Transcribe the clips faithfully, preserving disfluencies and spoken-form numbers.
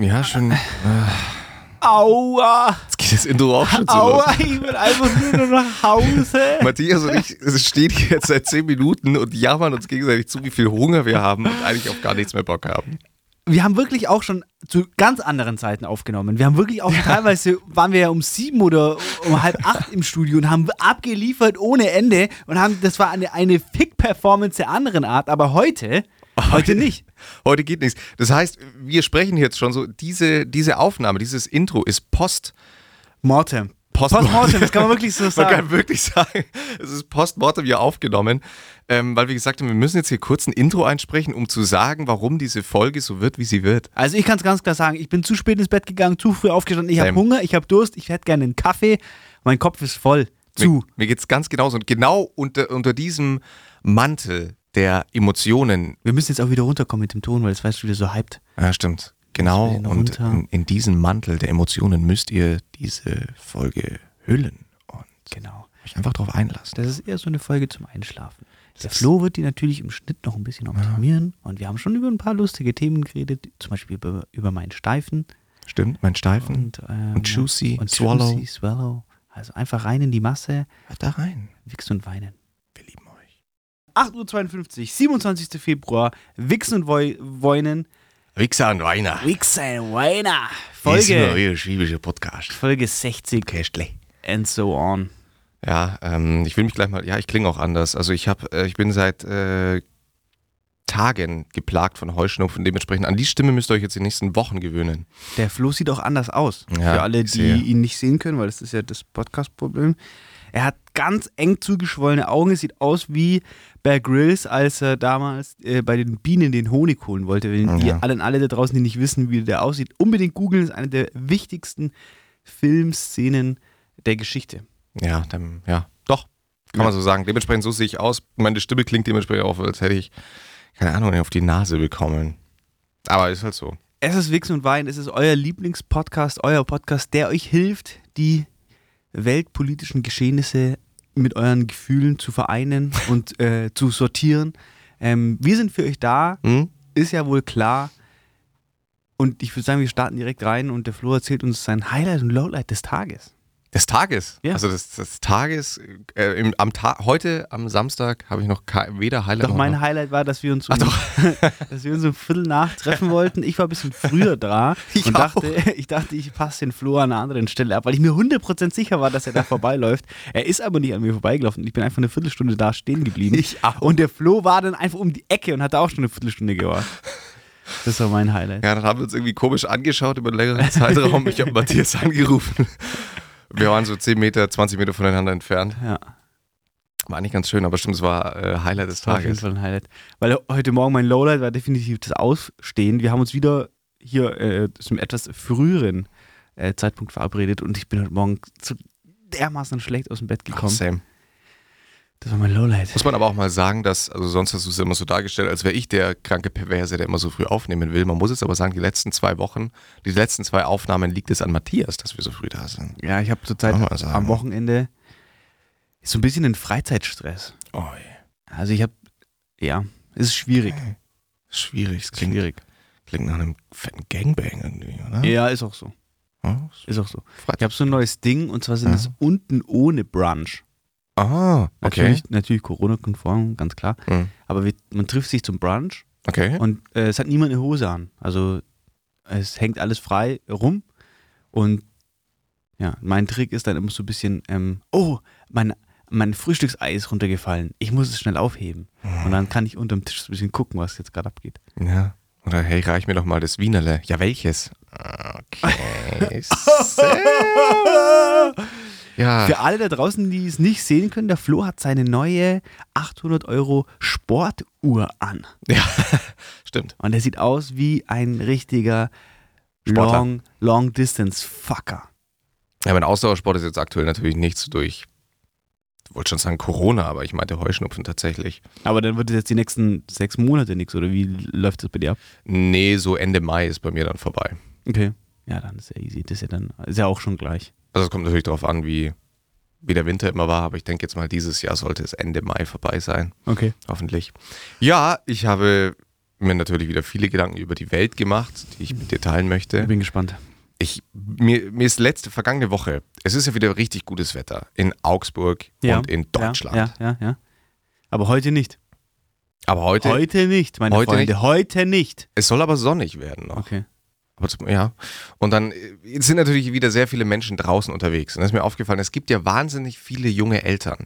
Ja, schon. Äh, Aua! jetzt geht das Intro auch schon zu Aua, los. ich will einfach nur noch nach Hause. Matthias und ich stehen hier jetzt seit zehn Minuten und jammern uns gegenseitig zu, wie viel Hunger wir haben und eigentlich auf gar nichts mehr Bock haben. Wir haben wirklich auch schon zu ganz anderen Zeiten aufgenommen. Wir haben wirklich auch teilweise, waren wir ja um sieben oder um halb acht im Studio und haben abgeliefert ohne Ende und haben, das war eine, eine Fick-Performance der anderen Art, aber heute, heute nicht. Heute geht nichts. Das heißt, wir sprechen jetzt schon so, diese, diese Aufnahme, dieses Intro ist Post... Mortem. Postmortem. Postmortem, das kann man wirklich so Man sagen. kann wirklich sagen, es ist Postmortem hier aufgenommen, ähm, weil wir gesagt haben, wir müssen jetzt hier kurz ein Intro einsprechen, um zu sagen, warum diese Folge so wird, wie sie wird. Also ich kann es ganz klar sagen, ich bin zu spät ins Bett gegangen, zu früh aufgestanden, ich habe Same. Hunger, ich habe Durst, ich hätte gerne einen Kaffee, mein Kopf ist voll. Zu. Mir, mir geht es ganz genauso. Und genau unter, unter diesem Mantel der Emotionen. Wir müssen jetzt auch wieder runterkommen mit dem Ton, weil es weißt du wieder so hyped. Ja, stimmt. Genau. Müssen wir Und runter. in, in diesem Mantel der Emotionen müsst ihr diese Folge hüllen und Genau. euch einfach drauf einlassen. Das ist eher so eine Folge zum Einschlafen. Der Das- Flo wird die natürlich im Schnitt noch ein bisschen optimieren und wir haben schon über ein paar lustige Themen geredet, zum Beispiel über, über meinen Steifen Stimmt, mein Steifen. und, ähm, Und Juicy, und Swallow. Juicy, Swallow. Also einfach rein in die Masse, Hört da rein. wichsen und weinen. Wir lieben euch. acht Uhr zweiundfünfzig, siebenundzwanzigster Februar, wichsen und woi- weinen. Wichser und Weiner. Wichsen und weinen. Das ist immer Folge, euer schwäbischer Podcast. Folge sechzig Kästle. and so on. Ja, ähm, ich will mich gleich mal, ja, ich klinge auch anders. Also ich habe, äh, ich bin seit äh, Tagen geplagt von Heuschnupfen. Dementsprechend an die Stimme müsst ihr euch jetzt die nächsten Wochen gewöhnen. Der Flo sieht auch anders aus. Ja, Für alle, ich sehe. die ihn nicht sehen können, weil das ist ja das Podcast-Problem. Er hat ganz eng zugeschwollene Augen. Es sieht aus wie Bear Grylls, als er damals äh, bei den Bienen den Honig holen wollte. Wenn Ja. ihr alle, alle da draußen, die nicht wissen, wie der aussieht, unbedingt googeln. Ist eine der wichtigsten Filmszenen der Geschichte. Ja, dann, ja, doch, kann Ja. man so sagen. Dementsprechend so sehe ich aus. Meine Stimme klingt dementsprechend auch, als hätte ich, keine Ahnung, auf die Nase bekommen. Aber ist halt so. Es ist Wichsen und Wein. Es ist euer Lieblingspodcast, euer Podcast, der euch hilft, die weltpolitischen Geschehnisse mit euren Gefühlen zu vereinen und äh, zu sortieren. Ähm, wir sind für euch da, Hm? ist ja wohl klar. Und ich würde sagen, wir starten direkt rein und der Flo erzählt uns sein Highlight und Lowlight des Tages. Des Tages. Ja. Also des, des Tages, äh, im, am Ta- heute, am Samstag, habe ich noch ke- weder Highlight Doch noch mein noch- Highlight war, dass wir uns um, Ach doch. dass wir uns um Viertel nach treffen wollten. Ich war ein bisschen früher da Ich und auch. dachte, ich dachte, ich passe den Flo an einer anderen Stelle ab, weil ich mir hundert Prozent sicher war, dass er da vorbeiläuft. Er ist aber nicht an mir vorbeigelaufen. Ich bin einfach eine Viertelstunde da stehen geblieben. Ich auch. Und der Flo war dann einfach um die Ecke und hat da auch schon eine Viertelstunde gewartet. Das war mein Highlight. Ja, dann haben wir uns irgendwie komisch angeschaut über einen längeren Zeitraum. Ich habe Matthias angerufen. Wir waren so zehn Meter, zwanzig Meter voneinander entfernt. Ja, War eigentlich ganz schön, aber stimmt, es war äh, Highlight des das war auf jeden Tages. Fall ein Highlight. Weil heute Morgen mein Lowlight war definitiv das Ausstehen. Wir haben uns wieder hier äh, zum etwas früheren äh, Zeitpunkt verabredet und ich bin heute Morgen zu dermaßen schlecht aus dem Bett Oh, gekommen. same. Das war mein Lowlight. Muss man aber auch mal sagen, dass, also sonst hast du es immer so dargestellt, als wäre ich der kranke Perverse, der immer so früh aufnehmen will. Man muss jetzt aber sagen, die letzten zwei Wochen, die letzten zwei Aufnahmen liegt es an Matthias, dass wir so früh da sind. Ja, ich habe zurzeit Kann man sagen. am Wochenende so ein bisschen einen Freizeitstress. Oh, Also ich habe, ja, es ist schwierig. schwierig. Es klingt, Schwierig. klingt nach einem fetten Gangbang irgendwie, oder? Ja, ist auch so. Ja. Ist auch so. Freut Ich habe so ein neues Ding und zwar sind Ja. es unten ohne Brunch. Ah, okay. Natürlich, natürlich Corona-konform, ganz klar. Hm. Aber wir, man trifft sich zum Brunch Okay. und äh, es hat niemand eine Hose an. Also es hängt alles frei rum und ja, mein Trick ist dann immer so ein bisschen, ähm, oh, mein, mein Frühstücksei ist runtergefallen. Ich muss es schnell aufheben. Und dann kann ich unterm Tisch so ein bisschen gucken, was jetzt gerade abgeht. Ja. Oder hey, reich mir doch mal das Wienerle. Ja, welches? Okay. Ja. Für alle da draußen, die es nicht sehen können, der Flo hat seine neue achthundert Euro Sportuhr an. Ja, stimmt. Und er sieht aus wie ein richtiger Sportler. Long, Long Distance Fucker. Ja, mein Ausdauersport ist jetzt aktuell natürlich nichts durch, ich wollte schon sagen Corona, aber ich meinte Heuschnupfen tatsächlich. Aber dann wird es jetzt die nächsten sechs Monate nichts, oder wie läuft das bei dir ab? Nee, so Ende Mai ist bei mir dann vorbei. Okay. Ja, dann ist ja easy. Das ist ja dann, ist ja auch schon gleich. Also es kommt natürlich darauf an, wie, wie der Winter immer war, aber ich denke jetzt mal, dieses Jahr sollte es Ende Mai vorbei sein. Okay. Hoffentlich. Ja, ich habe mir natürlich wieder viele Gedanken über die Welt gemacht, die ich mit dir teilen möchte. Ich bin gespannt. Ich, mir, mir ist letzte, vergangene Woche, es ist ja wieder richtig gutes Wetter in Augsburg Ja, und in Deutschland. Ja, ja, ja. Aber heute nicht. Aber heute, Heute nicht, meine Heute Freunde. nicht? Heute nicht. es soll aber sonnig werden noch. Okay. Aber zum, ja. Und dann äh, sind natürlich wieder sehr viele Menschen draußen unterwegs. Und da ist mir aufgefallen, es gibt ja wahnsinnig viele junge Eltern.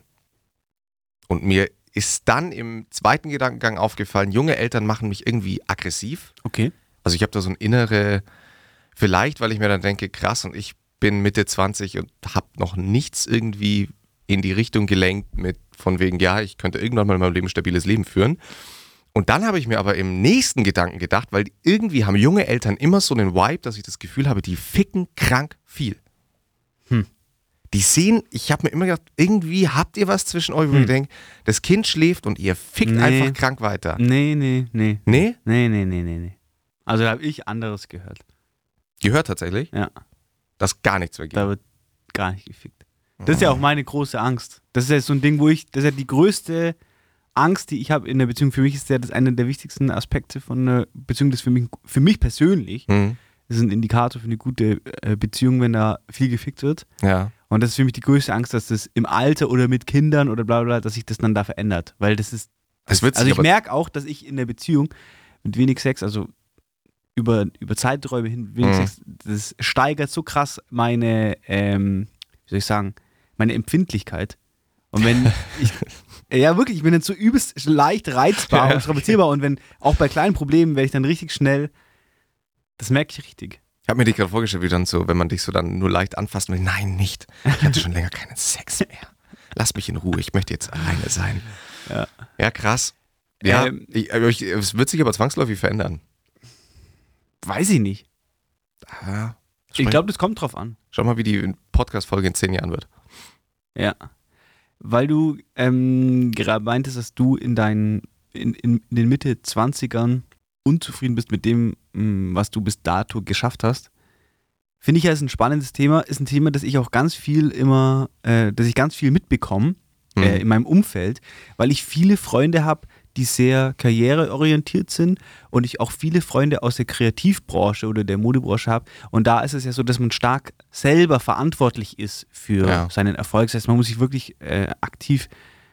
Und mir ist dann im zweiten Gedankengang aufgefallen, junge Eltern machen mich irgendwie aggressiv. Okay. Also ich habe da so ein innere, vielleicht, weil ich mir dann denke, krass, und ich bin Mitte zwanzig und habe noch nichts irgendwie in die Richtung gelenkt mit von wegen, ja, ich könnte irgendwann mal in meinem Leben ein stabiles Leben führen. Und dann habe ich mir aber im nächsten Gedanken gedacht, weil irgendwie haben junge Eltern immer so einen Vibe, dass ich das Gefühl habe, die ficken krank viel. Hm. Die sehen, ich habe mir immer gedacht, irgendwie habt ihr was zwischen euch, wo Hm. ich denke, das Kind schläft und ihr fickt Nee. einfach krank weiter. Nee, nee, nee. Nee? Nee, nee, nee, nee, nee. Also da habe ich anderes gehört. Gehört tatsächlich, Ja, dass gar nichts mehr geht. da wird gar nicht gefickt. Das ist ja auch meine große Angst. Das ist ja so ein Ding, wo ich, das ist ja die größte Angst, die ich habe in der Beziehung. Für mich ist ja das einer der wichtigsten Aspekte von einer Beziehung, das für mich, für mich persönlich, Hm. das ist ein Indikator für eine gute äh, Beziehung, wenn da viel gefickt wird. Ja. Und das ist für mich die größte Angst, dass das im Alter oder mit Kindern oder bla bla, dass sich das dann da verändert. Weil das ist, Es wird sich also ich aber- merke auch, dass ich in der Beziehung mit wenig Sex, also über, über Zeiträume hin, wenig Mhm. Sex, das steigert so krass meine, ähm, wie soll ich sagen, meine Empfindlichkeit. Und wenn ich, ja wirklich, ich bin dann so übelst leicht reizbar Ja, und strapazierbar und wenn, auch bei kleinen Problemen werde ich dann richtig schnell, das merke ich richtig. Ich habe mir dich gerade vorgestellt, wie dann so, wenn man dich so dann nur leicht anfasst und nein, nicht. Ich hatte schon länger keinen Sex mehr. Lass mich in Ruhe, ich möchte jetzt alleine sein. Ja. Ja, krass. Ja, Ähm, ich, aber ich, es wird sich aber zwangsläufig verändern. Weiß ich nicht. Ja, Ich glaube, das kommt drauf an. Schau mal, wie die Podcast-Folge in zehn Jahren wird. Ja. Weil du ähm, gerade meintest, dass du in deinen, in, in, in den Mitte zwanzigern unzufrieden bist mit dem, mh, was du bis dato geschafft hast. Finde ich ja, ist ein spannendes Thema, ist ein Thema, das ich auch ganz viel immer, äh, dass ich ganz viel mitbekomme äh, Mhm. in meinem Umfeld, weil ich viele Freunde habe, die sehr karriereorientiert sind und ich auch viele Freunde aus der Kreativbranche oder der Modebranche habe. Und da ist es ja so, dass man stark selber verantwortlich ist für Ja. seinen Erfolg. Das heißt, man muss sich wirklich äh, aktiv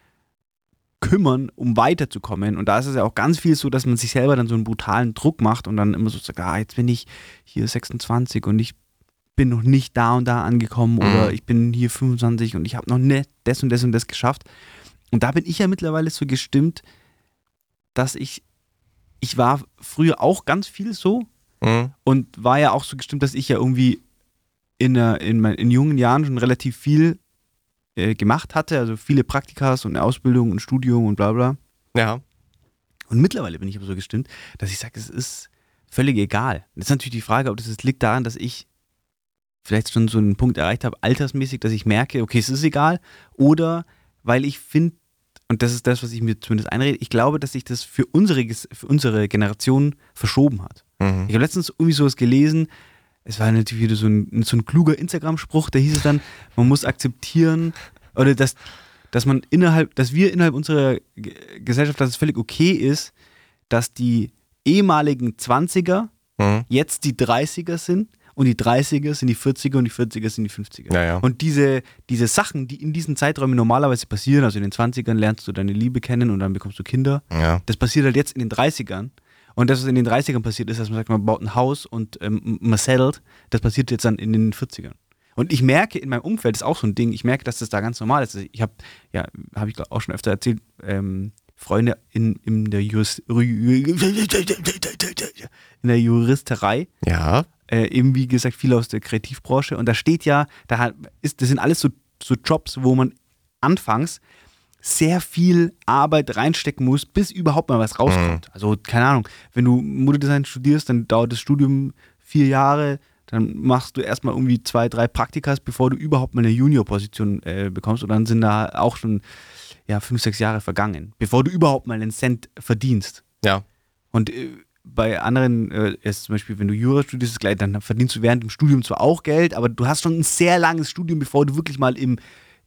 kümmern, um weiterzukommen. Und da ist es ja auch ganz viel so, dass man sich selber dann so einen brutalen Druck macht und dann immer so sagt, ah, jetzt bin ich hier sechsundzwanzig und ich bin noch nicht da und da angekommen oder Mhm. ich bin hier fünfundzwanzig und ich habe noch nicht das und das und das geschafft. Und da bin ich ja mittlerweile so gestimmt, dass ich, ich war früher auch ganz viel so Mhm. und war ja auch so gestimmt, dass ich ja irgendwie in, der, in, mein, in jungen Jahren schon relativ viel äh, gemacht hatte, also viele Praktikas und Ausbildung und Studium und bla bla. Ja. Und mittlerweile bin ich aber so gestimmt, dass ich sage, es ist völlig egal. Das ist natürlich die Frage, ob das jetzt liegt daran, dass ich vielleicht schon so einen Punkt erreicht habe, altersmäßig, dass ich merke, okay, es ist egal, oder weil ich finde, und das ist das, was ich mir zumindest einrede, ich glaube, dass sich das für unsere, Ges- für unsere Generation verschoben hat. Mhm. Ich habe letztens irgendwie sowas gelesen, es war natürlich wieder so ein, so ein kluger Instagram-Spruch, da hieß es dann, man muss akzeptieren, oder dass, dass man innerhalb, dass wir innerhalb unserer G- Gesellschaft, dass es völlig okay ist, dass die ehemaligen zwanziger Mhm. jetzt die dreißiger sind und die dreißiger sind die vierziger und die vierziger sind die fünfziger. Ja, ja. Und diese, diese Sachen, die in diesen Zeiträumen normalerweise passieren, also in den zwanzigern lernst du deine Liebe kennen und dann bekommst du Kinder, Ja. das passiert halt jetzt in den dreißigern. Und das, was in den dreißigern passiert ist, dass man sagt, man baut ein Haus und ähm, man settelt, das passiert jetzt dann in den vierzigern. Und ich merke in meinem Umfeld, das ist auch so ein Ding, ich merke, dass das da ganz normal ist. Ich habe, ja, habe ich glaub, auch schon öfter erzählt, ähm, Freunde in, in, der Jurist, in der Juristerei, Ja. äh, eben wie gesagt, viele aus der Kreativbranche. Und da steht ja, da hat- ist, das sind alles so, so Jobs, wo man anfangs sehr viel Arbeit reinstecken muss, bis überhaupt mal was rauskommt. Also, keine Ahnung, wenn du Modedesign studierst, dann dauert das Studium vier Jahre, dann machst du erstmal irgendwie zwei, drei Praktikas, bevor du überhaupt mal eine Junior-Position äh, bekommst. Und dann sind da auch schon ja, fünf, sechs Jahre vergangen, bevor du überhaupt mal einen Cent verdienst. Ja. Und äh, bei anderen, äh, ist zum Beispiel, wenn du Jura studierst, ist gleich, dann verdienst du während dem Studium zwar auch Geld, aber du hast schon ein sehr langes Studium, bevor du wirklich mal im,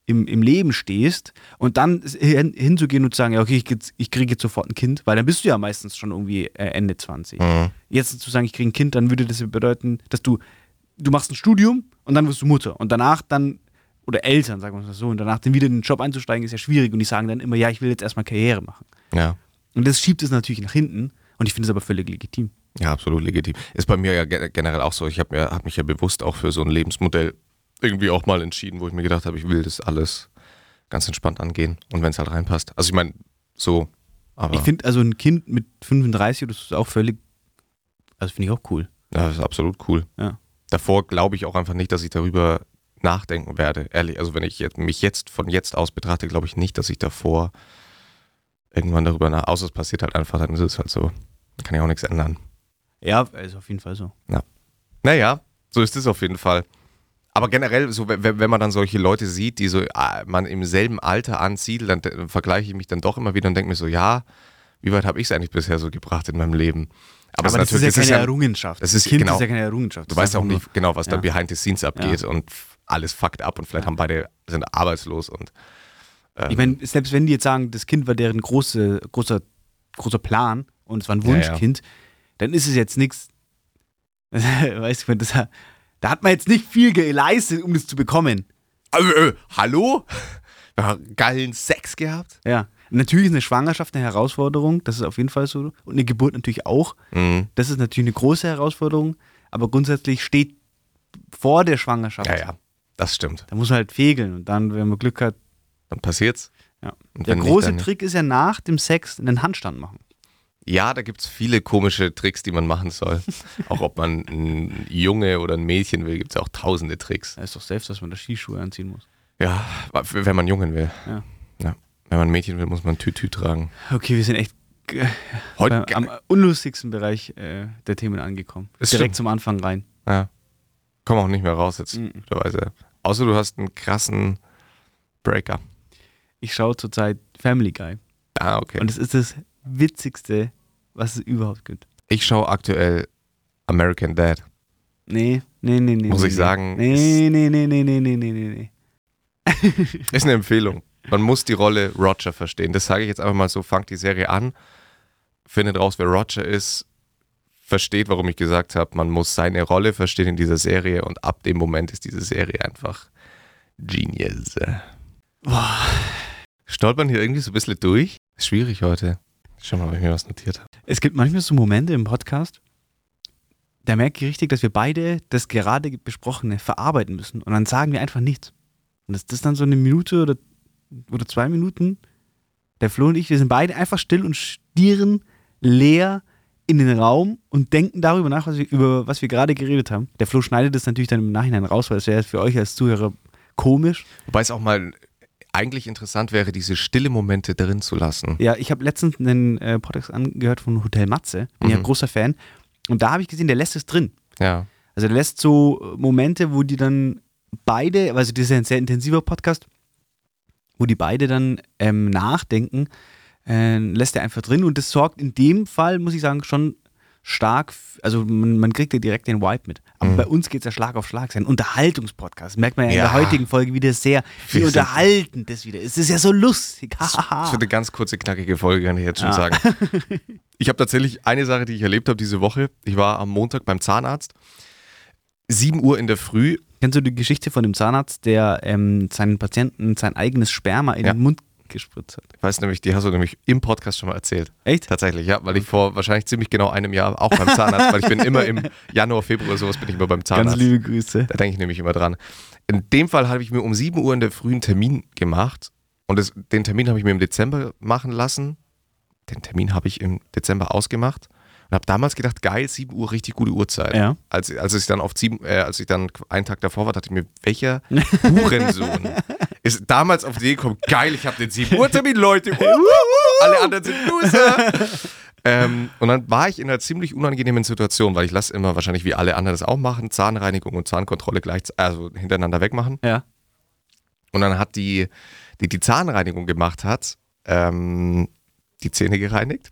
im, im Leben stehst und dann hin, hinzugehen und zu sagen, ja, okay, ich, ich kriege jetzt sofort ein Kind, weil dann bist du ja meistens schon irgendwie äh, Ende zwanzig. Mhm. Jetzt zu sagen, ich kriege ein Kind, dann würde das ja bedeuten, dass du, du machst ein Studium und dann wirst du Mutter und danach dann, oder Eltern, sagen wir es mal so, und danach dann wieder in den Job einzusteigen, ist ja schwierig und die sagen dann immer, ja, ich will jetzt erstmal Karriere machen. Ja. Und das schiebt es natürlich nach hinten und ich finde es aber völlig legitim. Ja, absolut legitim. Ist bei mir ja generell auch so. Ich habe mir, hab mich ja bewusst auch für so ein Lebensmodell irgendwie auch mal entschieden, wo ich mir gedacht habe, ich will das alles ganz entspannt angehen und wenn es halt reinpasst. Also ich meine, so, aber... Ich finde also ein Kind mit fünfunddreißig, das ist auch völlig, also finde ich auch cool. Ja, das ist absolut cool. Ja. Davor glaube ich auch einfach nicht, dass ich darüber nachdenken werde. Ehrlich, also wenn ich jetzt, mich jetzt von jetzt aus betrachte, glaube ich nicht, dass ich davor irgendwann darüber nach, außer es passiert halt einfach, dann ist es halt so. Da kann ich auch nichts ändern. Ja, ist auf jeden Fall so. Ja. Naja, so ist es auf jeden Fall. Aber generell, so, wenn, wenn man dann solche Leute sieht, die so man im selben Alter ansiedelt, dann, dann vergleiche ich mich dann doch immer wieder und denke mir so, ja, wie weit habe ich es eigentlich bisher so gebracht in meinem Leben? Aber, Aber das ist ja keine ist ja, Errungenschaft. Das, ist, das Kind genau, ist ja keine Errungenschaft. Du weißt auch nicht genau, was ja. da behind the scenes abgeht ja. und alles fuckt ab und vielleicht ja. haben beide, sind arbeitslos und ähm, ich meine, selbst wenn die jetzt sagen, das Kind war deren große, großer, großer Plan und es war ein Wunschkind, ja, ja. dann ist es jetzt nichts, weißt du, das, da hat man jetzt nicht viel geleistet, um das zu bekommen. Äh, äh, hallo? Ja, geilen Sex gehabt? Ja. Natürlich ist eine Schwangerschaft eine Herausforderung, das ist auf jeden Fall so. Und eine Geburt natürlich auch. Mhm. Das ist natürlich eine große Herausforderung, aber grundsätzlich steht vor der Schwangerschaft. Ja, ja, das stimmt. Da muss man halt fegeln und dann, wenn man Glück hat, dann passiert's. Ja. Der große nicht, Trick ist ja nach dem Sex einen Handstand machen. Ja, da gibt es viele komische Tricks, die man machen soll. Auch ob man ein Junge oder ein Mädchen will, gibt es auch tausende Tricks. Ja, ist doch selbst, dass man da Skischuhe anziehen muss. Ja, wenn man Jungen will. Ja. Ja. Wenn man ein Mädchen will, muss man Tütü tragen. Okay, wir sind echt äh, Heute am unlustigsten Bereich äh, der Themen angekommen. Ist Direkt stimmt. zum Anfang rein. Ja. Komm auch nicht mehr raus jetzt, Mhm. möglicherweise. Außer du hast einen krassen Breaker. Ich schaue zurzeit Family Guy. Ah, okay. Und es ist das Witzigste, was es überhaupt gibt. Ich schaue aktuell American Dad. Nee, nee, nee, nee. Muss nee, ich nee. sagen. Nee, nee, nee, nee, nee, nee, nee, nee. Ist eine Empfehlung. Man muss die Rolle Roger verstehen. Das sage ich jetzt einfach mal so, fangt die Serie an, findet raus, wer Roger ist, versteht, warum ich gesagt habe, man muss seine Rolle verstehen in dieser Serie und ab dem Moment ist diese Serie einfach genius. Boah. Stolpern hier irgendwie so ein bisschen durch? Ist schwierig heute. Schau mal, ob ich mir was notiert habe. Es gibt manchmal so Momente im Podcast, da merke ich richtig, dass wir beide das gerade Besprochene verarbeiten müssen und dann sagen wir einfach nichts. Und das ist dann so eine Minute oder, oder zwei Minuten. Der Flo und ich, wir sind beide einfach still und stieren leer in den Raum und denken darüber nach, was wir, über was wir gerade geredet haben. Der Flo schneidet das natürlich dann im Nachhinein raus, weil es wäre für euch als Zuhörer komisch. Wobei es auch mal eigentlich interessant wäre, diese stille Momente drin zu lassen. Ja, ich habe letztens einen äh, Podcast angehört von Hotel Matze. Bin ja Mhm. großer Fan. Und da habe ich gesehen, der lässt es drin. Ja. Also der lässt so Momente, wo die dann beide, also das ist ja ein sehr intensiver Podcast, wo die beide dann ähm, nachdenken, äh, lässt er einfach drin und das sorgt in dem Fall, muss ich sagen, schon stark, also man, man kriegt ja direkt den Vibe mit. Aber Mhm. bei uns geht es ja Schlag auf Schlag. Es ist ein Unterhaltungspodcast. Merkt man ja, Ja. in der heutigen Folge wieder sehr, wie Wir sind- unterhaltend das wieder ist. Es ist ja so lustig. Das wird eine ganz kurze, knackige Folge, kann ich jetzt schon Ja. sagen. Ich habe tatsächlich eine Sache, die ich erlebt habe diese Woche. Ich war am Montag beim Zahnarzt. sieben Uhr in der Früh. Kennst du die Geschichte von dem Zahnarzt, der ähm, seinen Patienten sein eigenes Sperma in Ja. den Mund gespritzt hat? Ich weiß nämlich, die hast du nämlich im Podcast schon mal erzählt. Echt? Tatsächlich, ja, weil ich vor wahrscheinlich ziemlich genau einem Jahr auch beim Zahnarzt, weil ich bin immer im Januar, Februar, sowas bin ich immer beim Zahnarzt. Ganz liebe Grüße. Da denke ich nämlich immer dran. In dem Fall habe ich mir um sieben Uhr in der Früh einen Termin gemacht und das, den Termin habe ich mir im Dezember machen lassen. Den Termin habe ich im Dezember ausgemacht und habe damals gedacht, geil, sieben Uhr, richtig gute Uhrzeit. Ja. Als, als ich dann auf sieben, äh, als ich dann einen Tag davor war, dachte ich mir, welcher Hurensohn ist damals auf die Idee gekommen, geil, ich habe den sieben Uhr Termin, Leute. Uh, uh, uh, alle anderen sind Loser. ähm, und dann war ich in einer ziemlich unangenehmen Situation, weil ich lasse immer wahrscheinlich wie alle anderen das auch machen, Zahnreinigung und Zahnkontrolle gleich, also hintereinander wegmachen. Ja. Und dann hat die, die die Zahnreinigung gemacht hat, ähm, die Zähne gereinigt.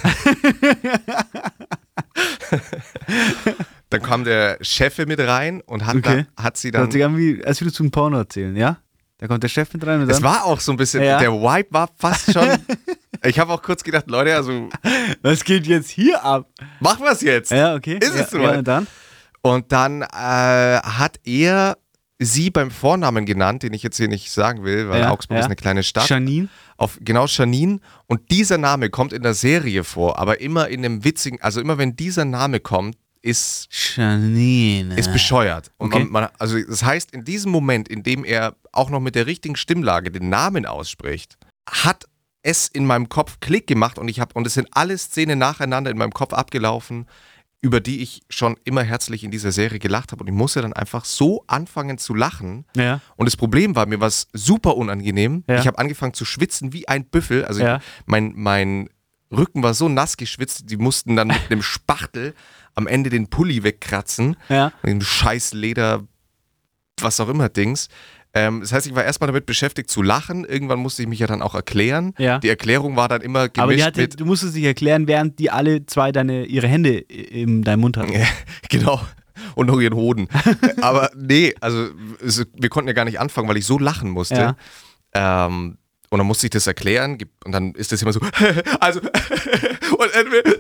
Dann kam der Chef mit rein und hat, Okay. dann, hat sie Das hört dann, sich an wie, als würdest du ein Porno erzählen, ja? Da kommt der Chef mit rein und Es dann, war auch so ein bisschen, Ja. der Vibe war fast schon, ich habe auch kurz gedacht, Leute, also was geht jetzt hier ab? machen wir es jetzt. Ja, okay. Ist ja, es soweit? Ja, und dann? Und dann äh, hat er sie beim Vornamen genannt, den ich jetzt hier nicht sagen will, weil Ja, Augsburg ja. ist eine kleine Stadt. Janine? Auf, genau, Janine. Und dieser Name kommt in der Serie vor, aber immer in einem witzigen, also immer wenn dieser Name kommt, ist, Janine. ist bescheuert. Und Okay. man, man, also das heißt, in diesem Moment, in dem er auch noch mit der richtigen Stimmlage den Namen ausspricht, hat es in meinem Kopf Klick gemacht und ich habe, und es sind alle Szenen nacheinander in meinem Kopf abgelaufen, über die ich schon immer herzlich in dieser Serie gelacht habe. Und ich musste dann einfach so anfangen zu lachen. Ja. Und das Problem war, mir war es super unangenehm. Ja. Ich habe angefangen zu schwitzen wie ein Büffel. Also Ja. ich, mein, mein Rücken war so nass geschwitzt, die mussten dann mit einem Spachtel am Ende den Pulli wegkratzen. Ja. Mit dem scheiß Leder, was auch immer Dings. Ähm, das heißt, ich war erstmal damit beschäftigt zu lachen. Irgendwann musste ich mich ja dann auch erklären. Ja. Die Erklärung war dann immer gemischt Aber die hatte, mit... du musstest dich erklären, während die alle zwei deine, ihre Hände in deinem Mund hatten. Ja, genau. Und noch ihren Hoden. Aber nee, also es, wir konnten ja gar nicht anfangen, weil ich so lachen musste. Ja. Ähm, und dann musste ich das erklären und dann ist das immer so, also, und entweder,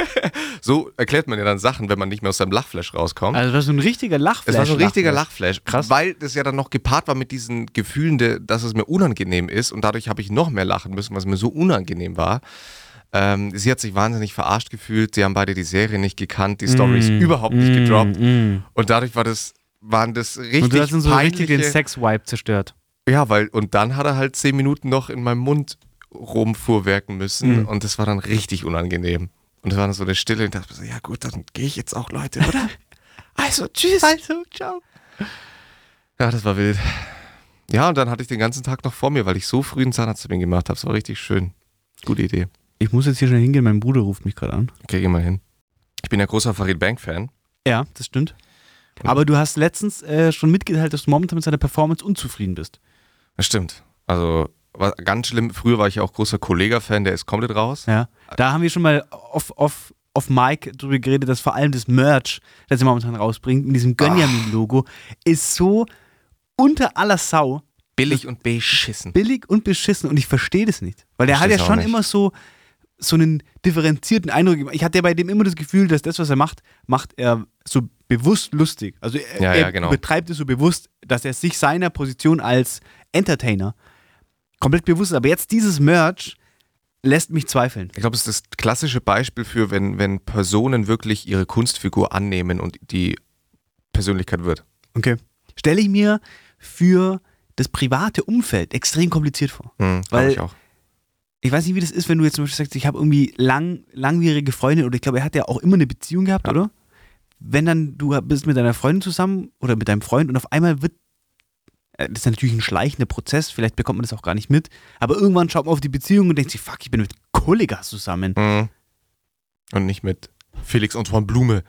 so erklärt man ja dann Sachen, wenn man nicht mehr aus seinem Lachflash rauskommt. Also das war so ein richtiger Lachflash. Es war so ein richtiger Lachflash, Krass. weil das ja dann noch gepaart war mit diesen Gefühlen, de, dass es mir unangenehm ist und dadurch habe ich noch mehr lachen müssen, was mir so unangenehm war. Ähm, sie hat sich wahnsinnig verarscht gefühlt, sie haben beide die Serie nicht gekannt, die Storys Mm, überhaupt nicht mm, gedroppt mm. und dadurch war das, waren das richtig Und du hast dann so richtig peinliche... den Sex-Vibe zerstört. Ja, weil, und dann hat er halt zehn Minuten noch in meinem Mund rumfuhrwerken müssen Mhm. und das war dann richtig unangenehm. Und es war dann so eine Stille und ich dachte so, ja gut, dann gehe ich jetzt auch, Leute, oder? Also, tschüss. Also, ciao. Ja, das war wild. Ja, und dann hatte ich den ganzen Tag noch vor mir, weil ich so früh einen Zahnarzttermin gemacht habe. Es war richtig schön. Gute Idee. Ich muss jetzt hier schnell hingehen, mein Bruder ruft mich gerade an. Okay, geh mal hin. Ich bin ja großer Farid Bang-Fan. Ja, das stimmt. Aber du hast letztens äh, schon mitgeteilt, dass du momentan mit seiner Performance unzufrieden bist. Das stimmt. Also, war ganz schlimm. Früher war ich ja auch großer Kollega-Fan, der ist komplett raus. Ja. Da haben wir schon mal off, off, off Mic drüber geredet, dass vor allem das Merch, das er momentan rausbringt, mit diesem Gönjamin-Logo, ist so unter aller Sau Billig und beschissen. billig und beschissen und ich verstehe das nicht. Weil der hat Versteh's ja auch schon nicht. immer so, so einen differenzierten Eindruck gemacht. Ich hatte ja bei dem immer das Gefühl, dass das, was er macht, macht er so bewusst lustig. Also er, Ja, er ja, genau. betreibt es so bewusst, dass er sich seiner Position als Entertainer komplett bewusst ist. Aber jetzt dieses Merch lässt mich zweifeln. Ich glaube, es ist das klassische Beispiel für, wenn, wenn Personen wirklich ihre Kunstfigur annehmen und die Persönlichkeit wird. Okay. Stelle ich mir für das private Umfeld extrem kompliziert vor. Hm, Weil- glaube ich auch. Ich weiß nicht, wie das ist, wenn du jetzt zum Beispiel sagst, ich habe irgendwie lang, langwierige Freundin oder ich glaube, er hat ja auch immer eine Beziehung gehabt, Ja. oder? Wenn dann du bist mit deiner Freundin zusammen oder mit deinem Freund und auf einmal wird, äh, das ist natürlich ein schleichender Prozess, vielleicht bekommt man das auch gar nicht mit, aber irgendwann schaut man auf die Beziehung und denkt sich, fuck, ich bin mit Kollegas zusammen. Hm. Und nicht mit Felix Antoine Blume.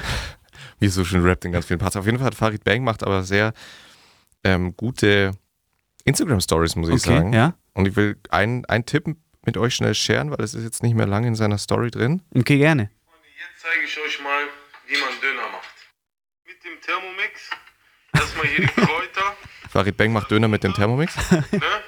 Wie es so schön rappt in ganz vielen Parts. Auf jeden Fall hat Farid Bang macht aber sehr ähm, gute Instagram-Stories, muss ich Okay, sagen. ja. Und ich will einen, einen Tipp mit euch schnell sharen, weil es ist jetzt nicht mehr lange in seiner Story drin. Okay, gerne. Jetzt zeige ich euch mal, wie man Döner macht. Mit dem Thermomix. Erstmal hier die Kräuter. Farid Bang macht Döner mit dem Thermomix. Ne?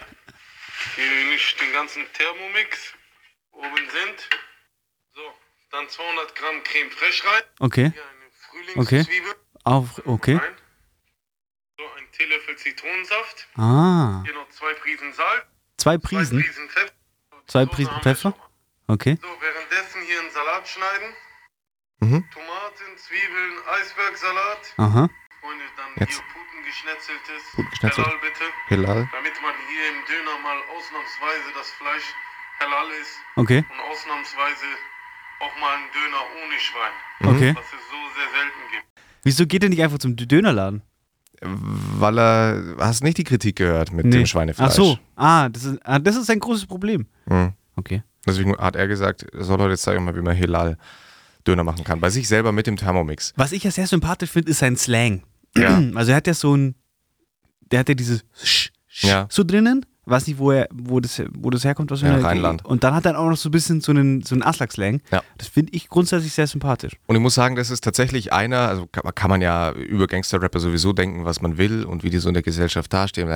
Hier nicht den ganzen Thermomix oben sind. So, dann zweihundert Gramm Creme Fraiche rein. Okay. Hier eine Frühlingszwiebel Auf, okay. rein. So, ein Teelöffel Zitronensaft. Ah. Hier noch zwei Prisen Salz. Zwei Zwei Prisen. Prisen Pfeffer. Zwei Soße Prisen haben wir Pfeffer? schon mal. Okay. So, währenddessen hier einen Salat schneiden. Mhm. Tomaten, Zwiebeln, Eisbergsalat. Aha. Freunde, dann Jetzt. hier Putengeschnetzeltes. Putengeschnetzelt. Halal bitte. Hilal. Damit man hier im Döner mal ausnahmsweise das Fleisch halal ist Okay. und ausnahmsweise auch mal ein Döner ohne Schwein, Okay. was es so sehr selten gibt. Wieso geht er nicht einfach zum Dönerladen? Weil er, hast nicht die Kritik gehört mit dem Schweinefleisch. Ach so. Ah, das ist, ah, das ist ein großes Problem. Mhm. Okay. Deswegen hat er gesagt, er soll heute jetzt zeigen mal, wie man Hilal Döner machen kann. Bei sich selber mit dem Thermomix. Was ich ja sehr sympathisch finde, ist sein Slang. Ja. Also er hat ja so ein, der hat ja dieses Sch, Sch Ja. so drinnen, weiß nicht, wo, er, wo, das, wo das herkommt. Was Ja, er- Rheinland. Und dann hat er auch noch so ein bisschen so einen, so einen Aslak-Slang. Ja. Das finde ich grundsätzlich sehr sympathisch. Und ich muss sagen, das ist tatsächlich einer, also kann, kann man ja über Gangster-Rapper sowieso denken, was man will und wie die so in der Gesellschaft dastehen.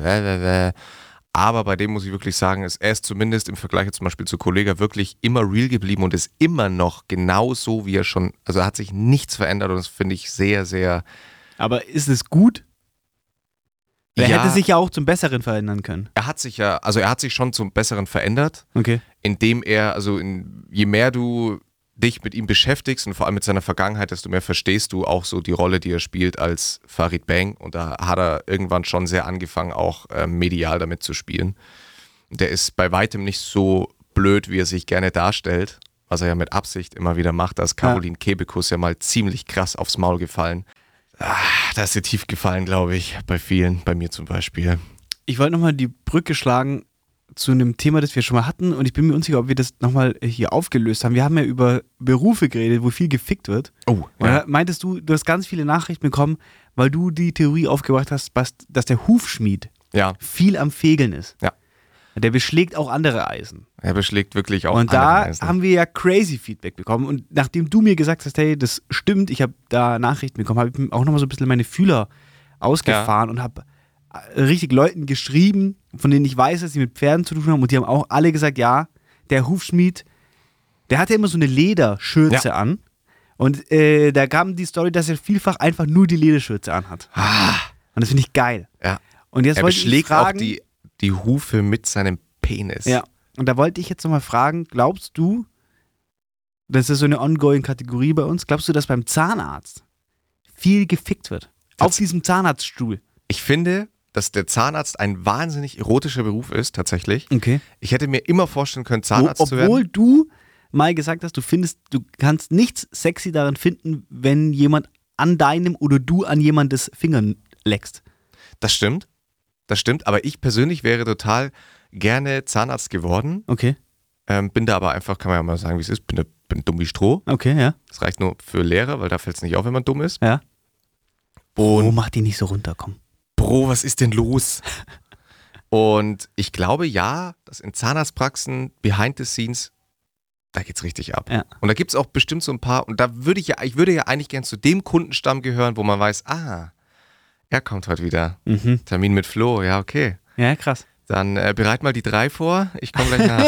Aber bei dem muss ich wirklich sagen, ist er ist zumindest im Vergleich zum Beispiel zu Kollega wirklich immer real geblieben und ist immer noch genau so, wie er schon, also hat sich nichts verändert und das finde ich sehr, sehr, Aber ist es gut? Er Ja. hätte sich ja auch zum Besseren verändern können. er hat sich ja, also er hat sich schon zum Besseren verändert, Okay. indem er, also in, je mehr du dich mit ihm beschäftigst und vor allem mit seiner Vergangenheit, desto mehr verstehst du auch so die Rolle, die er spielt als Farid Bang. Und da hat er irgendwann schon sehr angefangen, auch äh, medial damit zu spielen. Der ist bei weitem nicht so blöd, wie er sich gerne darstellt, was er ja mit Absicht immer wieder macht. Da ist Caroline Kebekus ja mal ziemlich krass aufs Maul gefallen. Ah, da ist sie tief gefallen, glaube ich, bei vielen, bei mir zum Beispiel. Ich wollte nochmal die Brücke schlagen zu einem Thema, das wir schon mal hatten und ich bin mir unsicher, ob wir das nochmal hier aufgelöst haben. Wir haben ja über Berufe geredet, wo viel gefickt wird. Oh, Und da meintest du, du hast ganz viele Nachrichten bekommen, weil du die Theorie aufgebracht hast, was- dass der Hufschmied Ja, viel am Fegeln ist. Ja. Der beschlägt auch andere Eisen. er beschlägt wirklich auch Und da andere Eisen. haben wir ja crazy Feedback bekommen. Und nachdem du mir gesagt hast, hey, das stimmt, ich habe da Nachrichten bekommen, habe ich auch nochmal so ein bisschen meine Fühler ausgefahren und habe richtig Leuten geschrieben, von denen ich weiß, dass sie mit Pferden zu tun haben. Und die haben auch alle gesagt, ja, der Hufschmied, der hatte immer so eine Lederschürze Ja. an. Und äh, da kam die Story, dass er vielfach einfach nur die Lederschürze anhat. Ah, Und das finde ich geil. ja. Und jetzt Er wollte ich beschlägt fragen, auch die, die Hufe mit seinem Penis. Ja, und da wollte ich jetzt nochmal fragen, glaubst du, das ist so eine ongoing Kategorie bei uns, glaubst du, dass beim Zahnarzt viel gefickt wird? Auf Tats- diesem Zahnarztstuhl. Ich finde, dass der Zahnarzt ein wahnsinnig erotischer Beruf ist, tatsächlich. Okay. Ich hätte mir immer vorstellen können, Zahnarzt Wo, zu werden. obwohl du mal gesagt hast, du findest, du kannst nichts sexy darin finden, wenn jemand an deinem oder du an jemandes Fingern leckst. Das stimmt. Das stimmt. Aber ich persönlich wäre total gerne Zahnarzt geworden. Okay. Ähm, bin da aber einfach, kann man ja mal sagen, wie es ist, bin, da, bin dumm wie Stroh. Okay, ja. Das reicht nur für Lehrer, weil da fällt es nicht auf, wenn man dumm ist. Ja. Oh, Und mach die nicht so runter, komm. Bro, was ist denn los? Und ich glaube ja, dass in Zahnarztpraxen behind the scenes, da geht's richtig ab. Ja. Und da gibt's auch bestimmt so ein paar, und da würde ich ja, ich würde ja eigentlich gern zu dem Kundenstamm gehören, wo man weiß, ah, er kommt heute wieder. Mhm. Termin mit Flo, ja, okay. Ja, krass. Dann äh, bereit mal die drei vor, ich komme gleich nach.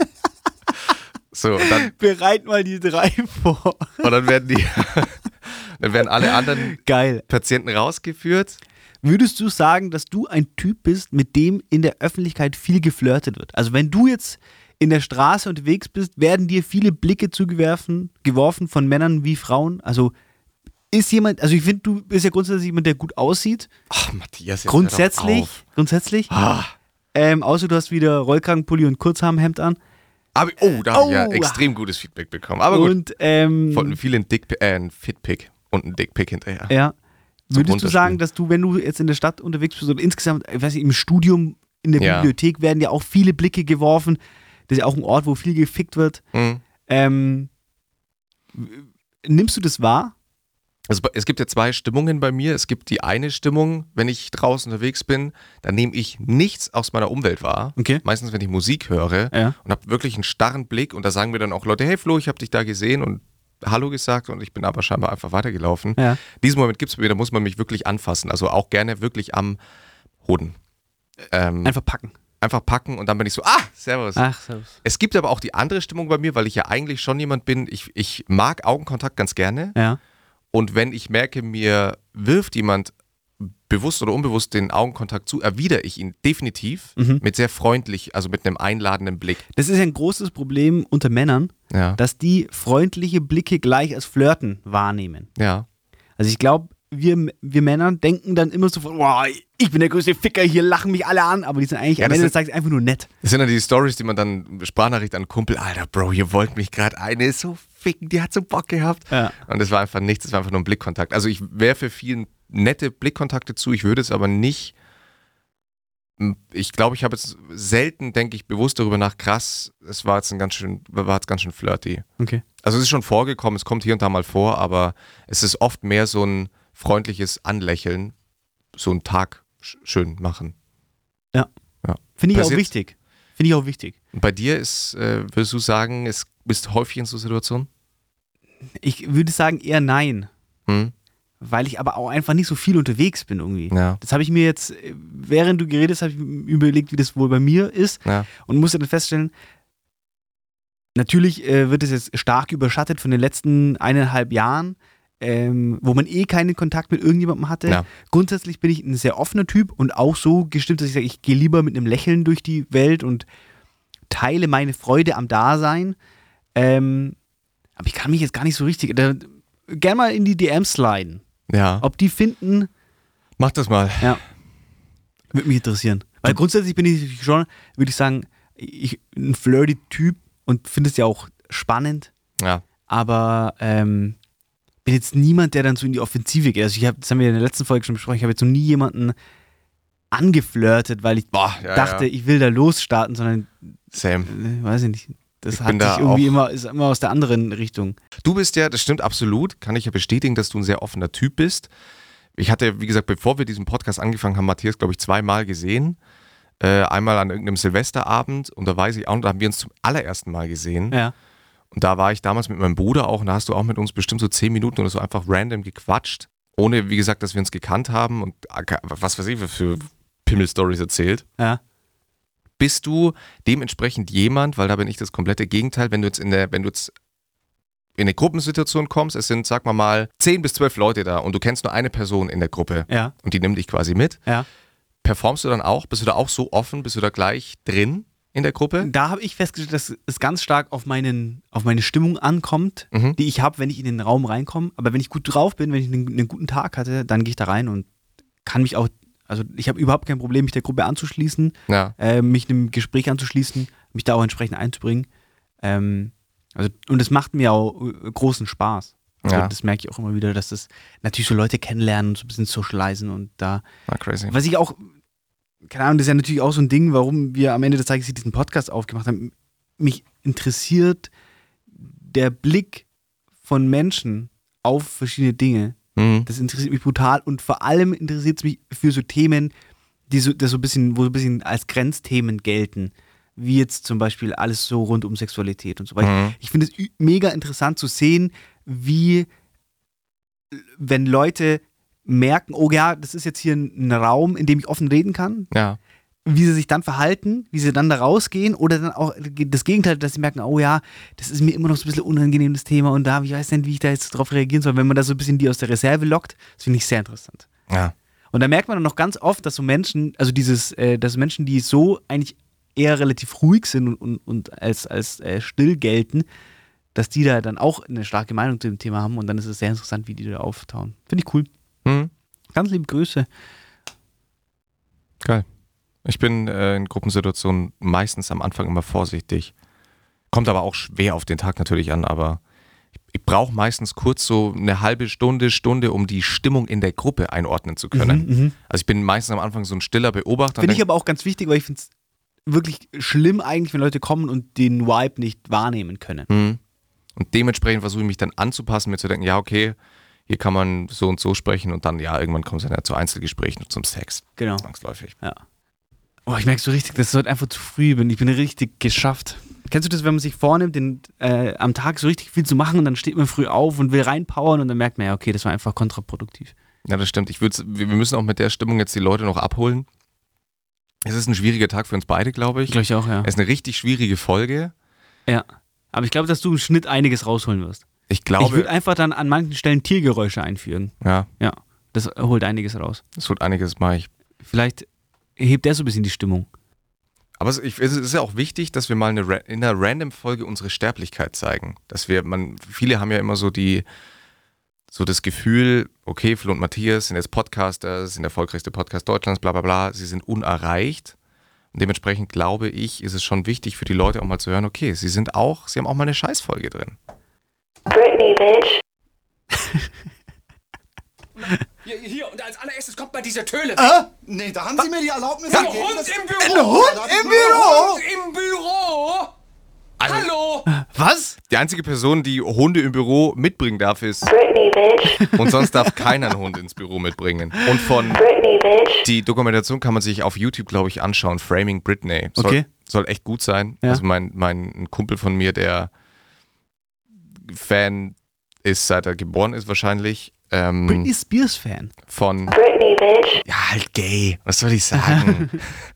So, und dann, Bereit mal die drei vor. und dann werden die, dann werden alle anderen Geil. Patienten rausgeführt. Würdest du sagen, dass du ein Typ bist, mit dem in der Öffentlichkeit viel geflirtet wird? Also wenn du jetzt in der Straße unterwegs bist, werden dir viele Blicke zugeworfen, geworfen von Männern wie Frauen? Also ist jemand, also ich finde, du bist ja grundsätzlich jemand, der gut aussieht. Ach, Matthias, jetzt hör doch Grundsätzlich, auf. grundsätzlich. Ah. Ähm, außer du hast wieder Rollkragenpulli und Kurzarmhemd an. Aber, oh, da habe ich ja Oh. extrem gutes Feedback bekommen. Aber gut. Und ähm, Von vielen Dick, äh, ein Fitpick und ein Dickpick hinterher. ja. Zum Würdest du Runterspielen. sagen, dass du, wenn du jetzt in der Stadt unterwegs bist oder insgesamt, ich weiß nicht, im Studium, in der Ja. Bibliothek werden ja auch viele Blicke geworfen. Das ist ja auch ein Ort, wo viel gefickt wird. Mhm. Ähm, w- nimmst du das wahr? Also es gibt ja zwei Stimmungen bei mir. Es gibt die eine Stimmung, wenn ich draußen unterwegs bin, dann nehme ich nichts aus meiner Umwelt wahr. Okay. Meistens, wenn ich Musik höre Ja. und habe wirklich einen starren Blick und da sagen mir dann auch Leute, hey Flo, ich habe dich da gesehen und Hallo gesagt und ich bin aber scheinbar einfach weitergelaufen. Ja. Diesen Moment gibt es bei mir, da muss man mich wirklich anfassen. Also auch gerne wirklich am Hoden. Ähm, Einfach packen. einfach packen und dann bin ich so, ah, servus. Ach, servus. Es gibt aber auch die andere Stimmung bei mir, weil ich ja eigentlich schon jemand bin, ich, ich mag Augenkontakt ganz gerne. Ja. Und wenn ich merke, mir wirft jemand bewusst oder unbewusst den Augenkontakt zu, erwidere ich ihn definitiv Mhm. mit sehr freundlich, also mit einem einladenden Blick. Das ist ja ein großes Problem unter Männern, Ja. dass die freundliche Blicke gleich als Flirten wahrnehmen. Ja. Also ich glaube, wir, wir Männer denken dann immer so von, wow, ich bin der größte Ficker, hier lachen mich alle an, aber die sind eigentlich Ja, am das Ende des sind- Tages einfach nur nett. Das sind dann die Stories, die man dann, Sprachnachricht an einen Kumpel, Alter, Bro, ihr wollt mich gerade eine so ficken, die hat so Bock gehabt. Ja. Und das war einfach nichts, das war einfach nur ein Blickkontakt. Also ich werfe vielen nette Blickkontakte zu, ich würde es aber nicht, ich glaube, ich habe jetzt selten, denke ich, bewusst darüber nach, krass, es war jetzt ein ganz schön, war jetzt ganz schön flirty. Okay. Also es ist schon vorgekommen, es kommt hier und da mal vor, aber es ist oft mehr so ein freundliches Anlächeln, so einen Tag sch- schön machen. Ja. Ja. Finde ich Passiert- auch wichtig. Finde ich auch wichtig. Und bei dir ist, äh, würdest du sagen, es bist häufig in so Situationen? Ich würde sagen eher nein, Hm? weil ich aber auch einfach nicht so viel unterwegs bin irgendwie. Ja. Das habe ich mir jetzt, äh, während du geredet hast, habe ich mir überlegt, wie das wohl bei mir ist Ja. und musste dann feststellen, natürlich äh, wird es jetzt stark überschattet von den letzten eineinhalb Jahren, ähm, wo man eh keinen Kontakt mit irgendjemandem hatte. Ja. Grundsätzlich bin ich ein sehr offener Typ und auch so gestimmt, dass ich sage, ich gehe lieber mit einem Lächeln durch die Welt und teile meine Freude am Dasein. Ähm, aber ich kann mich jetzt gar nicht so richtig, da, gerne mal in die D Ms sliden. Ja. Ob die finden, Mach das mal. ja, würde mich interessieren. Weil grundsätzlich bin ich schon, würde ich sagen, ich ein flirty Typ und finde es ja auch spannend, Ja. aber ähm, bin jetzt niemand, der dann so in die Offensive geht. Also ich habe, das haben wir in der letzten Folge schon besprochen, ich habe jetzt noch nie jemanden angeflirtet, weil ich Boah, ja, dachte, ja. ich will da losstarten, sondern, Same. äh, weiß ich nicht, das Ich hat bin sich da irgendwie auch- immer, ist immer aus der anderen Richtung. Du bist ja, das stimmt absolut, kann ich ja bestätigen, dass du ein sehr offener Typ bist. Ich hatte, wie gesagt, bevor wir diesen Podcast angefangen haben, Matthias, glaube ich, zweimal gesehen. Äh, einmal an irgendeinem Silvesterabend und da weiß ich auch, da haben wir uns zum allerersten Mal gesehen. Ja. Und da war ich damals mit meinem Bruder auch und da hast du auch mit uns bestimmt so zehn Minuten oder so einfach random gequatscht. Ohne, wie gesagt, dass wir uns gekannt haben und was weiß ich für Pimmel-Stories erzählt. Ja. Bist du dementsprechend jemand, weil da bin ich das komplette Gegenteil, wenn du jetzt in der, wenn du jetzt in eine Gruppensituation kommst, es sind, sag mal mal, zehn bis zwölf Leute da und du kennst nur eine Person in der Gruppe Ja. und die nimmt dich quasi mit. Ja. Performst du dann auch? Bist du da auch so offen? Bist du da gleich drin in der Gruppe? Da habe ich festgestellt, dass es ganz stark auf, meinen, auf meine Stimmung ankommt, Mhm. die ich habe, wenn ich in den Raum reinkomme. Aber wenn ich gut drauf bin, wenn ich einen, einen guten Tag hatte, dann gehe ich da rein und kann mich auch, also ich habe überhaupt kein Problem, mich der Gruppe anzuschließen, Ja. äh, mich einem Gespräch anzuschließen, mich da auch entsprechend einzubringen. Ähm, also, und es macht mir auch äh, großen Spaß. Also Ja. das merke ich auch immer wieder, dass das natürlich so Leute kennenlernen und so ein bisschen socialisen und da, Ah, crazy. was ich auch, keine Ahnung, das ist ja natürlich auch so ein Ding, warum wir am Ende des Tages diesen Podcast aufgemacht haben. Mich interessiert der Blick von Menschen auf verschiedene Dinge. Mhm. Das interessiert mich brutal und vor allem interessiert es mich für so Themen, die so, das so ein bisschen, wo so ein bisschen als Grenzthemen gelten. Wie jetzt zum Beispiel alles so rund um Sexualität und so weiter. Mhm. Ich finde es ü- mega interessant zu sehen, wie, wenn Leute merken, oh ja, das ist jetzt hier ein, ein Raum, in dem ich offen reden kann, Ja. wie sie sich dann verhalten, wie sie dann da rausgehen oder dann auch das Gegenteil, dass sie merken, oh ja, das ist mir immer noch so ein bisschen unangenehmes Thema und da, ich weiß nicht, wie ich da jetzt drauf reagieren soll, wenn man da so ein bisschen die aus der Reserve lockt, das finde ich sehr interessant. Ja. Und da merkt man dann noch ganz oft, dass so Menschen, also dieses, äh, dass Menschen, die so eigentlich eher relativ ruhig sind und, und, und als, als äh, still gelten, dass die da dann auch eine starke Meinung zu dem Thema haben und dann ist es sehr interessant, wie die da auftauen. Finde ich cool. Mhm. Ganz liebe Grüße. Geil. Ich bin äh, in Gruppensituationen meistens am Anfang immer vorsichtig. Kommt aber auch schwer auf den Tag natürlich an, aber ich, ich brauche meistens kurz so eine halbe Stunde, Stunde, um die Stimmung in der Gruppe einordnen zu können. Mhm, mhm. Also ich bin meistens am Anfang so ein stiller Beobachter. und Finde ich denk, aber auch ganz wichtig, weil ich finde es wirklich schlimm eigentlich, wenn Leute kommen und den Vibe nicht wahrnehmen können. Mhm. Und dementsprechend versuche ich mich dann anzupassen, mir zu denken, ja okay, hier kann man so und so sprechen und dann, ja, irgendwann kommt es dann ja zu Einzelgesprächen und zum Sex. Genau. Zwangsläufig. Ja. Oh, ich merke so richtig, dass ich heute einfach zu früh bin. Ich bin richtig geschafft. Kennst du das, wenn man sich vornimmt, den, äh, am Tag so richtig viel zu machen und dann steht man früh auf und will reinpowern und dann merkt man ja, okay, das war einfach kontraproduktiv. Ja, das stimmt. Ich würd's, wir wir müssen auch mit der Stimmung jetzt die Leute noch abholen. Es ist ein schwieriger Tag für uns beide, glaube ich. Glaube ich auch, ja. Es ist eine richtig schwierige Folge. Ja. Aber ich glaube, dass du im Schnitt einiges rausholen wirst. Ich Ich glaube, würde einfach dann an manchen Stellen Tiergeräusche einführen. ja, Ja. Das holt einiges raus. es wird einiges, mache ich. Vielleicht hebt der so ein bisschen die Stimmung. Aber es, ich, es ist ja auch wichtig, dass wir mal eine, Ra- in einer Random-Folge unsere Sterblichkeit zeigen. Dass wir, man, viele haben ja immer so die, so das Gefühl, okay, Flo und Matthias sind jetzt Podcaster, sind der erfolgreichste Podcast Deutschlands, bla bla bla, sie sind unerreicht. Und dementsprechend glaube ich, ist es schon wichtig für die Leute auch mal zu hören, okay, sie sind auch, sie haben auch mal eine Scheißfolge drin. Britney, bitch. Hier, hier, und als allererstes kommt mal diese Töle. Äh? Nee, da haben Sie mir die Erlaubnis Ein gegeben. Hund Das- im Büro! Ein Hund im Büro? Hund im Büro! Hallo! Was? Die einzige Person, die Hunde im Büro mitbringen darf, ist... Britney, bitch. Und sonst darf keiner einen Hund ins Büro mitbringen. Und von... Britney, bitch. Die Dokumentation kann man sich auf YouTube, glaube ich, anschauen. Framing Britney. Soll, Okay. soll echt gut sein. Ja. Also mein, mein ein Kumpel von mir, der Fan ist, seit er geboren ist wahrscheinlich. Ähm, Britney Spears Fan. von... Britney, bitch. Ja, halt gay. Was soll ich sagen?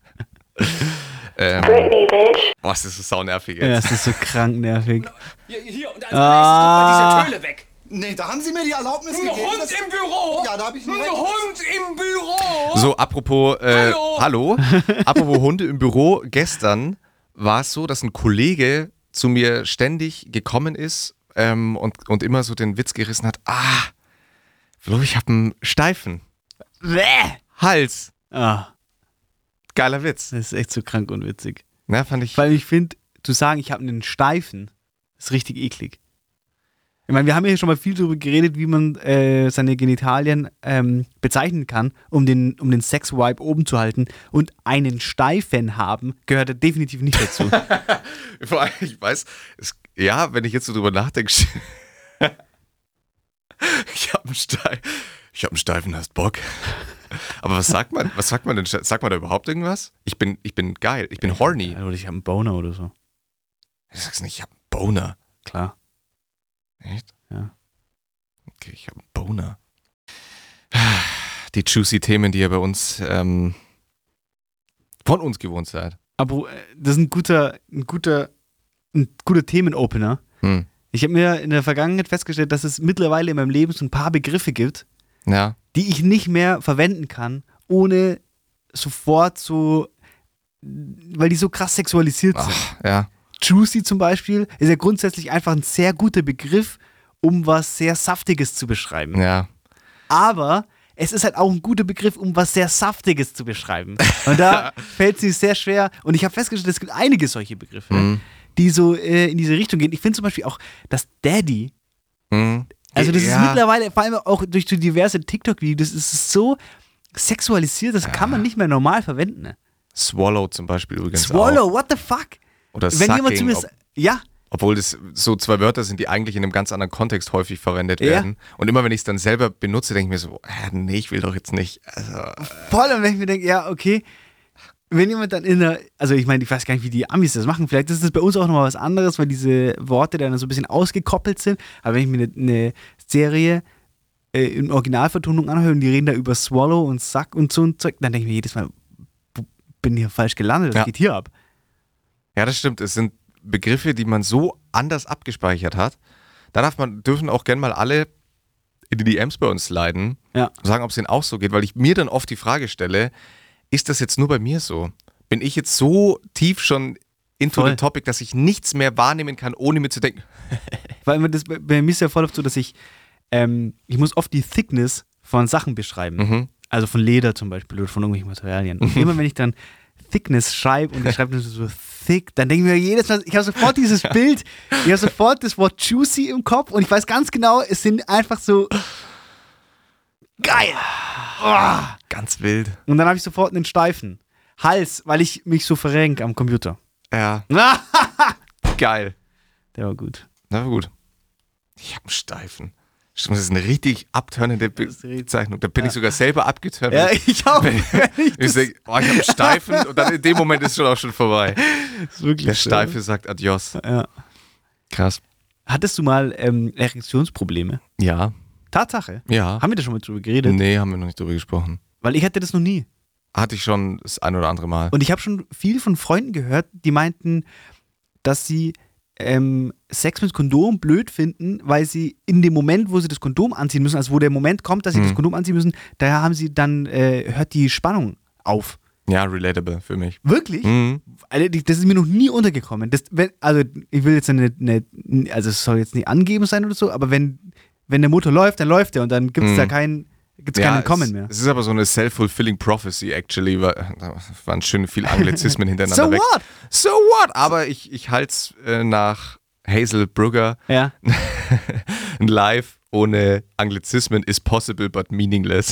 ähm, Britney, bitch. boah, das ist so saunervig Ja, jetzt. das ist so krank nervig. Hier, hier und als Ah. allererstes kommt mal diese Töle weg. Nee, da haben Sie mir die Erlaubnis Ein gegeben. Hund dass- im Büro. Ja, da habe ich Ein einen Recht. Hund im Büro. So, apropos, äh, Hallo. hallo. Apropos Hunde im Büro. Gestern war es so, dass ein Kollege zu mir ständig gekommen ist ähm, und, und immer so den Witz gerissen hat. Ah, Flo, ich habe einen Steifen. Hals. Ah, Geiler Witz. das ist echt so krank und witzig. Na, fand ich. Weil ich finde, zu sagen, ich habe einen Steifen, ist richtig eklig. Ich meine, wir haben ja schon mal viel darüber geredet, wie man äh, seine Genitalien ähm, bezeichnen kann, um den, um den Sex-Vibe oben zu halten. Und einen Steifen haben gehört da definitiv nicht dazu. Vor allem, ich weiß, es, ja, wenn ich jetzt so drüber nachdenke, ich habe einen Steifen. Ich habe einen Steifen, hast Bock. Aber was sagt man? Was sagt man denn? Sagt man da überhaupt irgendwas? Ich bin, ich bin geil. Ich bin horny. Oder ich habe einen Boner oder so. Du sagst nicht, ich habe einen Boner. Klar. Echt? Ja. Okay, ich habe einen Boner. Die juicy Themen, die ihr bei uns ähm, von uns gewohnt seid. Aber äh, das ist ein guter, ein guter, ein guter Themenopener. Hm. Ich habe mir in der Vergangenheit festgestellt, dass es mittlerweile in meinem Leben so ein paar Begriffe gibt, Ja. die ich nicht mehr verwenden kann, ohne sofort so, weil die so krass sexualisiert sind. Ach, ja. Juicy zum Beispiel ist ja grundsätzlich einfach ein sehr guter Begriff, um was sehr Saftiges zu beschreiben. Ja. Aber es ist halt auch ein guter Begriff, um was sehr Saftiges zu beschreiben. Und da fällt es mir sehr schwer. Und ich habe festgestellt, es gibt einige solche Begriffe, Mhm. die so äh, in diese Richtung gehen. Ich finde zum Beispiel auch, dass Daddy, Hm. also das ja. ist mittlerweile, vor allem auch durch so diverse TikTok-Videos, das ist so sexualisiert, das kann man nicht mehr normal verwenden. Ne? Swallow zum Beispiel übrigens Swallow, auch. what the fuck? Oder Wenn jemand Sucking, zu mir ob, sagt, ja, obwohl das so zwei Wörter sind, die eigentlich in einem ganz anderen Kontext häufig verwendet Ja. werden. Und immer wenn ich es dann selber benutze, denke ich mir so, äh, nee, ich will doch jetzt nicht. Also, voll, und wenn ich mir denke, ja, okay, wenn jemand dann in der, also ich meine, ich weiß gar nicht, wie die Amis das machen, vielleicht ist das bei uns auch nochmal was anderes, weil diese Worte dann so ein bisschen ausgekoppelt sind, aber wenn ich mir eine, eine Serie äh, in Originalvertonung anhöre und die reden da über Swallow und Suck und so ein Zeug, dann denke ich mir jedes Mal, wo bin ich hier falsch gelandet, was Ja. geht hier ab? ja, das stimmt. Es sind Begriffe, die man so anders abgespeichert hat. Da darf man, dürfen auch gern mal alle in die D Ms bei uns leiden Ja. und sagen, ob es ihnen auch so geht, weil ich mir dann oft die Frage stelle, ist das jetzt nur bei mir so? Bin ich jetzt so tief schon into Voll. the topic, dass ich nichts mehr wahrnehmen kann, ohne mir zu denken, Weil mir das, bei bei mir ist ja voll oft so, dass ich, ähm, ich muss oft die Thickness von Sachen beschreiben. mhm. Also von Leder zum Beispiel oder von irgendwelchen Materialien. Und immer wenn ich dann Thickness schreibe und ich schreibe dann so thick, dann denke ich mir jedes Mal, ich habe sofort dieses Bild, ich habe sofort das Wort juicy im Kopf und ich weiß ganz genau, es sind einfach so geil. Oh. ganz wild. Und dann habe ich sofort einen steifen Hals, weil ich mich so verrenk am Computer. Ja, geil. Der war gut. Na gut. Ich habe einen Steifen. Das ist eine richtig abtörnende Be Das ist richtig- Bezeichnung. Da bin ich sogar selber abgetörnt. Ja, ich auch. Wenn ich, ich sage, oh, ich habe einen Steifen und dann in dem Moment ist schon auch schon vorbei. Das ist wirklich Der so. Steife sagt Adios. Ja. Krass. Hattest du mal ähm, Erektionsprobleme? Ja. Tatsache. Ja. Haben wir da schon mal drüber geredet? Nee, haben wir noch nicht drüber gesprochen. Weil ich hatte das noch nie. Hatte ich schon das ein oder andere Mal. Und ich habe schon viel von Freunden gehört, die meinten, dass sie ähm, Sex mit Kondom blöd finden, weil sie in dem Moment, wo sie das Kondom anziehen müssen, also wo der Moment kommt, dass sie Hm. das Kondom anziehen müssen, da haben sie dann, äh, hört die Spannung auf. Ja, relatable für mich. Wirklich? Mhm. Alter, die- das ist mir noch nie untergekommen. Das, wenn, also ich will jetzt eine, eine, also es soll jetzt nicht angeben sein oder so, aber wenn, wenn der Motor läuft, dann läuft er und dann gibt es Mhm. da kein, gibt's Ja, kein Entkommen es, mehr. Es ist aber so eine self-fulfilling prophecy, actually. War, da waren schön viel Anglizismen hintereinander So weg. what? So what? Aber ich, ich halte es äh, nach Hazel Brugger Ja, ein Live ohne Anglizismen is possible but meaningless. ja.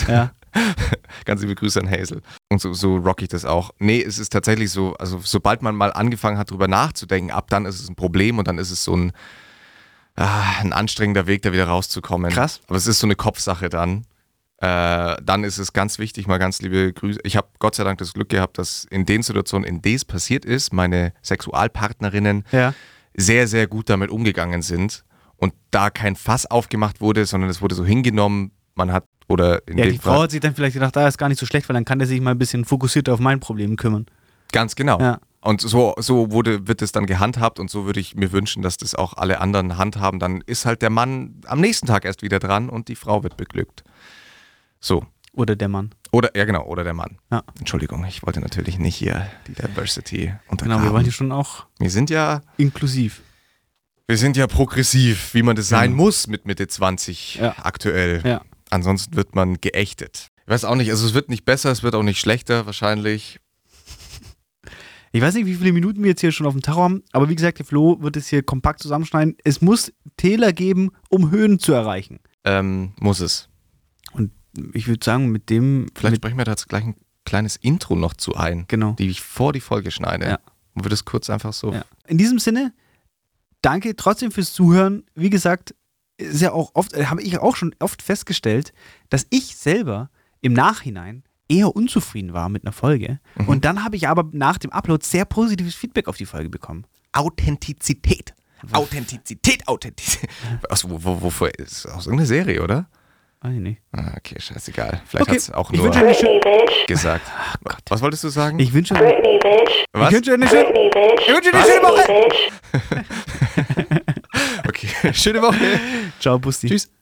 Ganz liebe Grüße an Hazel. Und so, so rock ich das auch. Nee, es ist tatsächlich so, also sobald man mal angefangen hat, drüber nachzudenken, ab dann ist es ein Problem und dann ist es so ein, ah, ein anstrengender Weg, da wieder rauszukommen. Krass. Aber es ist so eine Kopfsache dann. Äh, dann ist es ganz wichtig, mal ganz liebe Grüße. Ich habe Gott sei Dank das Glück gehabt, dass in den Situationen, in denen es passiert ist, meine Sexualpartnerinnen Ja. sehr, sehr gut damit umgegangen sind und da kein Fass aufgemacht wurde, sondern es wurde so hingenommen, man hat, oder in Ja, dem die Frau Fall, hat sich dann vielleicht gedacht, da ist gar nicht so schlecht, weil dann kann der sich mal ein bisschen fokussierter auf mein Problem kümmern. ganz genau. Ja. Und so, so wurde, wird es dann gehandhabt und so würde ich mir wünschen, dass das auch alle anderen handhaben. Dann ist halt der Mann am nächsten Tag erst wieder dran und die Frau wird beglückt. So. Oder der Mann. Oder, ja genau, oder der Mann. Ja. Entschuldigung, ich wollte natürlich nicht hier die Diversity untergraben. Genau, wir wollen hier schon auch Wir sind ja, inklusiv. wir sind ja progressiv, wie man das sein Mhm. muss mit Mitte zwanzig Ja. aktuell. Ja. Ansonsten wird man geächtet. Ich weiß auch nicht, also es wird nicht besser, es wird auch nicht schlechter wahrscheinlich. Ich weiß nicht, wie viele Minuten wir jetzt hier schon auf dem Tacho haben, aber wie gesagt, der Flo wird es hier kompakt zusammenschneiden. Es muss Täler geben, um Höhen zu erreichen. Ähm, muss es. Und ich würde sagen, mit dem. Vielleicht mit, sprechen wir da jetzt gleich ein kleines Intro noch zu ein, Genau. die ich vor die Folge schneide. Ja. Und wir das kurz einfach so. Ja. In diesem Sinne, danke trotzdem fürs Zuhören. Wie gesagt, ist ja auch oft, äh, habe ich auch schon oft festgestellt, dass ich selber im Nachhinein eher unzufrieden war mit einer Folge. Mhm. Und dann habe ich aber nach dem Upload sehr positives Feedback auf die Folge bekommen. Authentizität. Authentizität, Authentizität. Aus, wo, wo, wovor ist aus irgendeiner Serie, oder? Weiß ich nicht. Ah, okay, scheißegal. Vielleicht Okay, hat es auch ich nur wünsche eine schöne, Britney, bitch. gesagt. Was wolltest du sagen? ich wünsche, Britney, bitch. Was? ich wünsche eine schöne, Britney, bitch. ich wünsche eine schöne Woche. Britney, bitch. Okay, schöne Woche. Ciao, Busti. Tschüss.